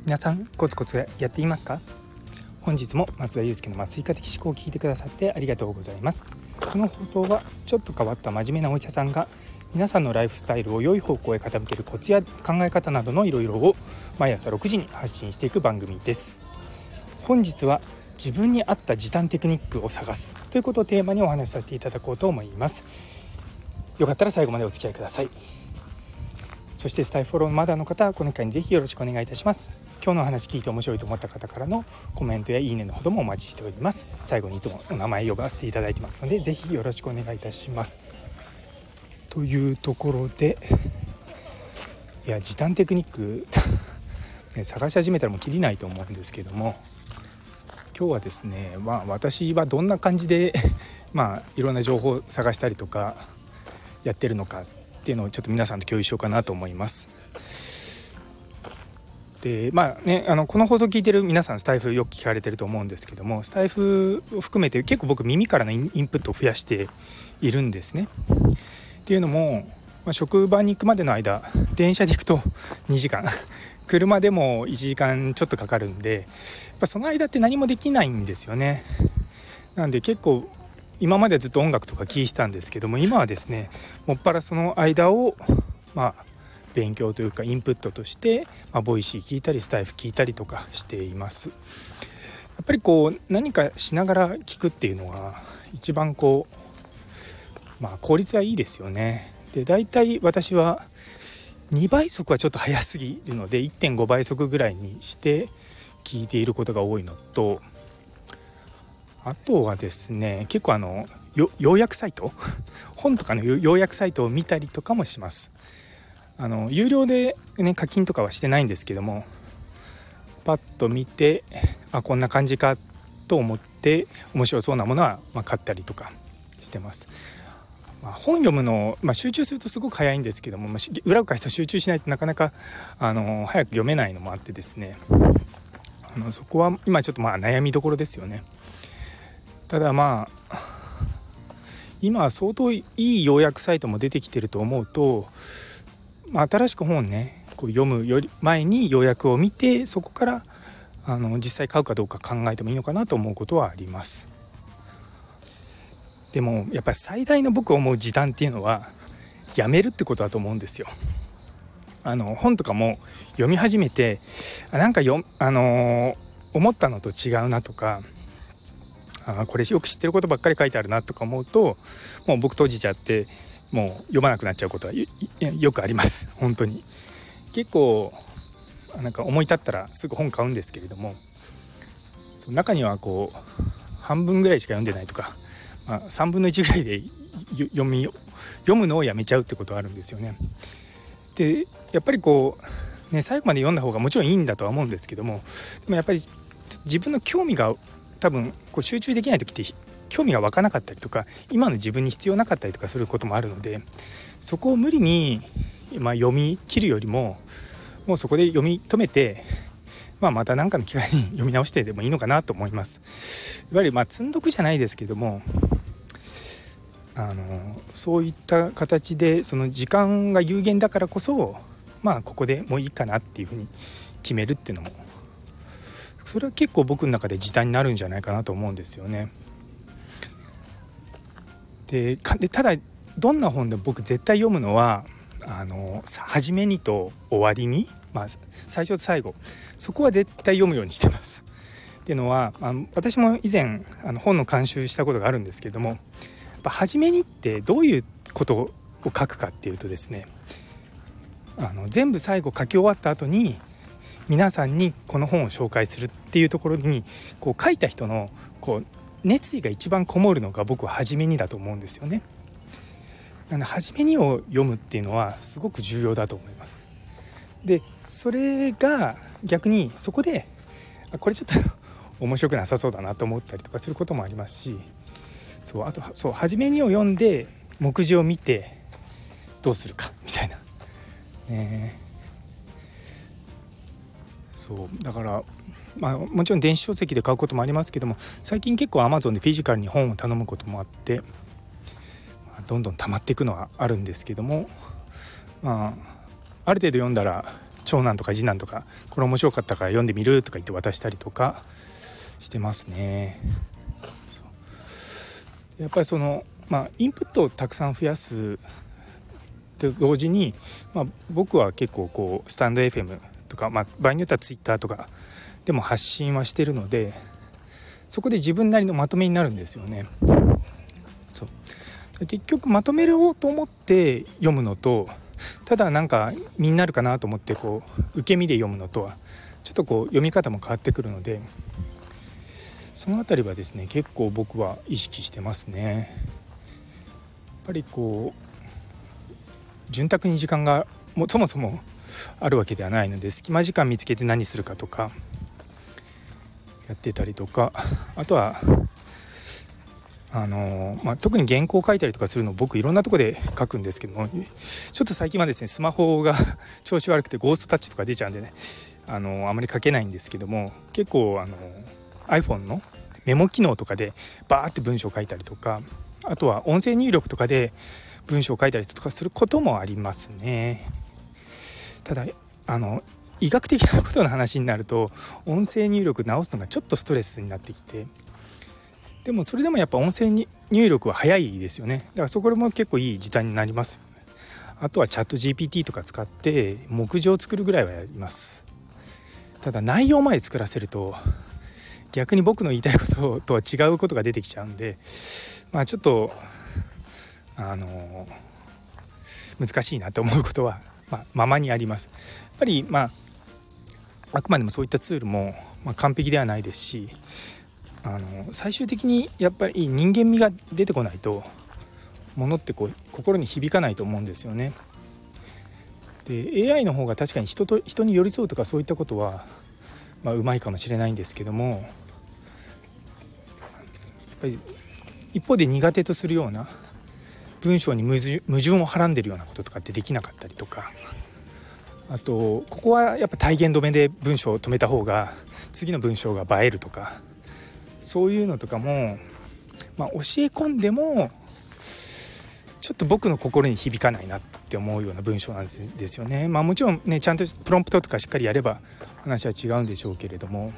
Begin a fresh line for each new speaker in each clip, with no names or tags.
皆さんコツコツやっていますか？本日も松田祐介の麻酔科的思考を聞いてくださってありがとうございます。この放送はちょっと変わった真面目なお医者さんが皆さんのライフスタイルを良い方向へ傾けるコツや考え方などのいろいろを毎朝6時に発信していく番組です。本日は自分に合った時短テクニックを探すということをテーマにお話しさせていただこうと思います。よかったら最後までお付き合いください。そしてスタイフフォローまだの方はこの機会にぜひよろしくお願いいたします。今日の話聞いて面白いと思った方からのコメントやいいねのほどもお待ちしております。最後にいつもお名前呼ばせていただいてますのでぜひよろしくお願いいたします。というところで時短テクニック探し始めたらもうきりないと思うんですけども、今日はですね、私はどんな感じでいろんな情報を探したりとかやってるのかっていうのをちょっと皆さんと共有しようかなと思います。でこの放送聞いてる皆さんスタイフよく聞かれてると思うんですけども、スタイフを含めて結構僕耳からのインプットを増やしているんですね。っていうのも、職場に行くまでの間電車で行くと2時間車でも1時間ちょっとかかるんで、その間って何もできないんですよね。なんで結構今まではずっと音楽とか聴いてたんですけども、今はですねもっぱらその間を勉強というかインプットとして、ボイシー聞いたりスタイフ聞いたりとかしています。やっぱり何かしながら聞くっていうのが一番効率はいいですよね。でだいたい私は2倍速はちょっと早すぎるので 1.5 倍速ぐらいにして聞いていることが多いのと、あとはですね結構要約サイト本とかの要約サイトを見たりとかもします。有料で、課金とかはしてないんですけども、パッと見てこんな感じかと思って面白そうなものは買ったりとかしてます。本読むの、集中するとすごく早いんですけども、裏を返すと集中しないとなかなか早く読めないのもあってですね、そこは今ちょっと悩みどころですよね。ただ今は相当いい要約サイトも出てきてると思うと、新しく本をね読むより前に要約を見てそこから実際買うかどうか考えてもいいのかなと思うことはあります。でもやっぱり最大の僕思う時短っていうのはやめるってことだと思うんですよ。本とかも読み始めて思ったのと違うなとか、これよく知ってることばっかり書いてあるなとか思うともう僕閉じちゃってもう読まなくなっちゃうことはよくあります。本当に結構思い立ったらすぐ本買うんですけれども、その中には半分ぐらいしか読んでないとか、3分の1ぐらいで読むのをやめちゃうってことはあるんですよね。でやっぱり最後まで読んだ方がもちろんいいんだとは思うんですけども、でもやっぱり自分の興味が多分集中できない時って興味が湧かなかったりとか今の自分に必要なかったりとかすることもあるので、そこを無理に、読み切るよりももうそこで読み止めて、また何かの機会に読み直してでもいいのかなと思います。いわゆる積んどくじゃないですけども、そういった形でその時間が有限だからこそここでもういいかなっていうふうに決めるっていうのも、それは結構僕の中で時短になるんじゃないかなと思うんですよね。でただどんな本でも僕絶対読むのは初めにと終わりに、最初と最後そこは絶対読むようにしてます。っていうのは私も以前本の監修したことがあるんですけれども、初めにってどういうことを書くかっていうとですね、全部最後書き終わった後に皆さんにこの本を紹介するっていうところに書いた人の熱意が一番こもるのが僕は初めにだと思うんですよね。初めにを読むっていうのはすごく重要だと思います。でそれが逆にそこでこれちょっと面白くなさそうだなと思ったりとかすることもありますし、あと初めにを読んで目次を見てどうするかみたいな、だからもちろん電子書籍で買うこともありますけども、最近結構 Amazon でフィジカルに本を頼むこともあってどんどん溜まっていくのはあるんですけども、ある程度読んだら長男とか次男とかこれ面白かったから読んでみるとか言って渡したりとかしてますね。やっぱりインプットをたくさん増やすと同時に、僕は結構スタンド FM とか、場合によってはツイッターとかでも発信はしてるので、そこで自分なりのまとめになるんですよね。結局まとめようと思って読むのと、ただなんか身になるかなと思って受け身で読むのとはちょっと読み方も変わってくるので、そのあたりはですね結構僕は意識してますね。やっぱり潤沢に時間がそもそもあるわけではないので、隙間時間見つけて何するかとかやってたりとか、あとは特に原稿を書いたりとかするのを僕いろんなとこで書くんですけども、ちょっと最近はですねスマホが調子悪くてゴーストタッチとか出ちゃうんでね、あまり書けないんですけども、結構iPhone のメモ機能とかでバーって文章を書いたりとか、あとは音声入力とかで文章を書いたりとかすることもありますね。ただ医学的なことの話になると音声入力直すのがちょっとストレスになってきて、でもそれでもやっぱ音声入力は早いですよね。だからそこも結構いい時短になりますよね。あとはチャット GPT とか使って目次を作るぐらいはやります。ただ内容まで作らせると逆に僕の言いたいこととは違うことが出てきちゃうんで、ちょっと難しいなと思うことはままにあります。やっぱりあくまでもそういったツールも完璧ではないですし、最終的にやっぱり人間味が出てこないとものって心に響かないと思うんですよね。で AI の方が確かに人に寄り添うとかそういったことはうまいかもしれないんですけども、やっぱり一方で苦手とするような文章に矛盾をはらんでるようなこととかってできなかったりとか、あとここはやっぱ体言止めで文章を止めた方が次の文章が映えるとか、そういうのとかも、教え込んでもちょっと僕の心に響かないなって思うような文章なんですよね。もちろんねちゃんとプロンプトとかしっかりやれば話は違うんでしょうけれども、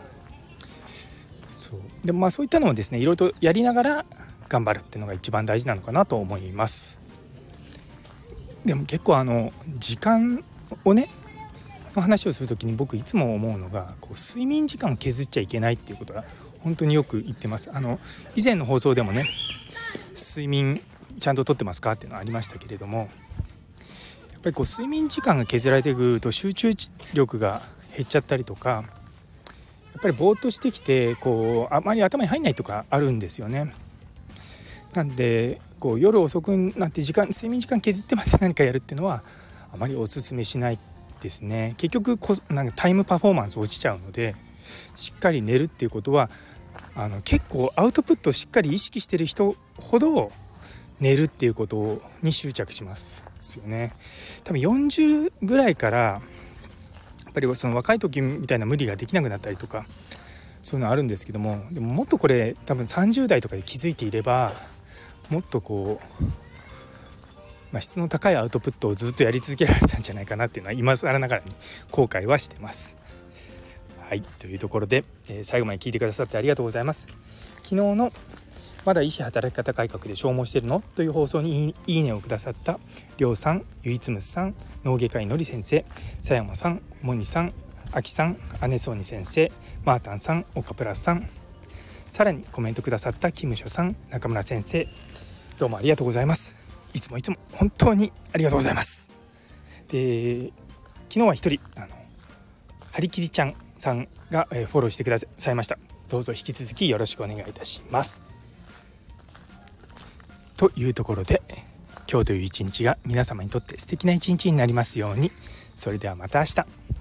でもそういったのをですねいろいろとやりながら頑張るっていうのが一番大事なのかなと思います。でも結構時間をねの話をするときに僕いつも思うのが睡眠時間を削っちゃいけないっていうことが本当によく言ってます。以前の放送でもね睡眠ちゃんととってますかっていうのがありましたけれども、やっぱり睡眠時間が削られてくると集中力が減っちゃったりとか、やっぱりぼーっとしてきてあまり頭に入んないとかあるんですよね。なんで夜遅くになって睡眠時間削ってまで何かやるっていうのはあまりお勧めしないですね。結局なんかタイムパフォーマンス落ちちゃうので、しっかり寝るっていうことは結構アウトプットをしっかり意識してる人ほど寝るっていうことに執着しますよね。多分40ぐらいからやっぱりその若い時みたいな無理ができなくなったりとかそういうのあるんですけども、でももっとこれ多分30代とかで気づいていればもっと質の高いアウトプットをずっとやり続けられたんじゃないかなっていうのは今更ながらに後悔はしてます。はい、というところで、最後まで聞いてくださってありがとうございます。昨日のまだ医師働き方改革で消耗してるのという放送にいいねをくださったりょうさん、ゆいつむさん、脳外科医のり先生、さやまさん、もにさん、あきさん、あねそうに先生、マータンさん、おかプラスさん、さらにコメントくださったキムショさん、中村先生、どうもありがとうございます。いつも本当にありがとうございます。で、昨日は一人はりきりちゃんさんがフォローしてくださいました。どうぞ引き続きよろしくお願いいたします。というところで、今日という一日が皆様にとって素敵な一日になりますように。それではまた明日。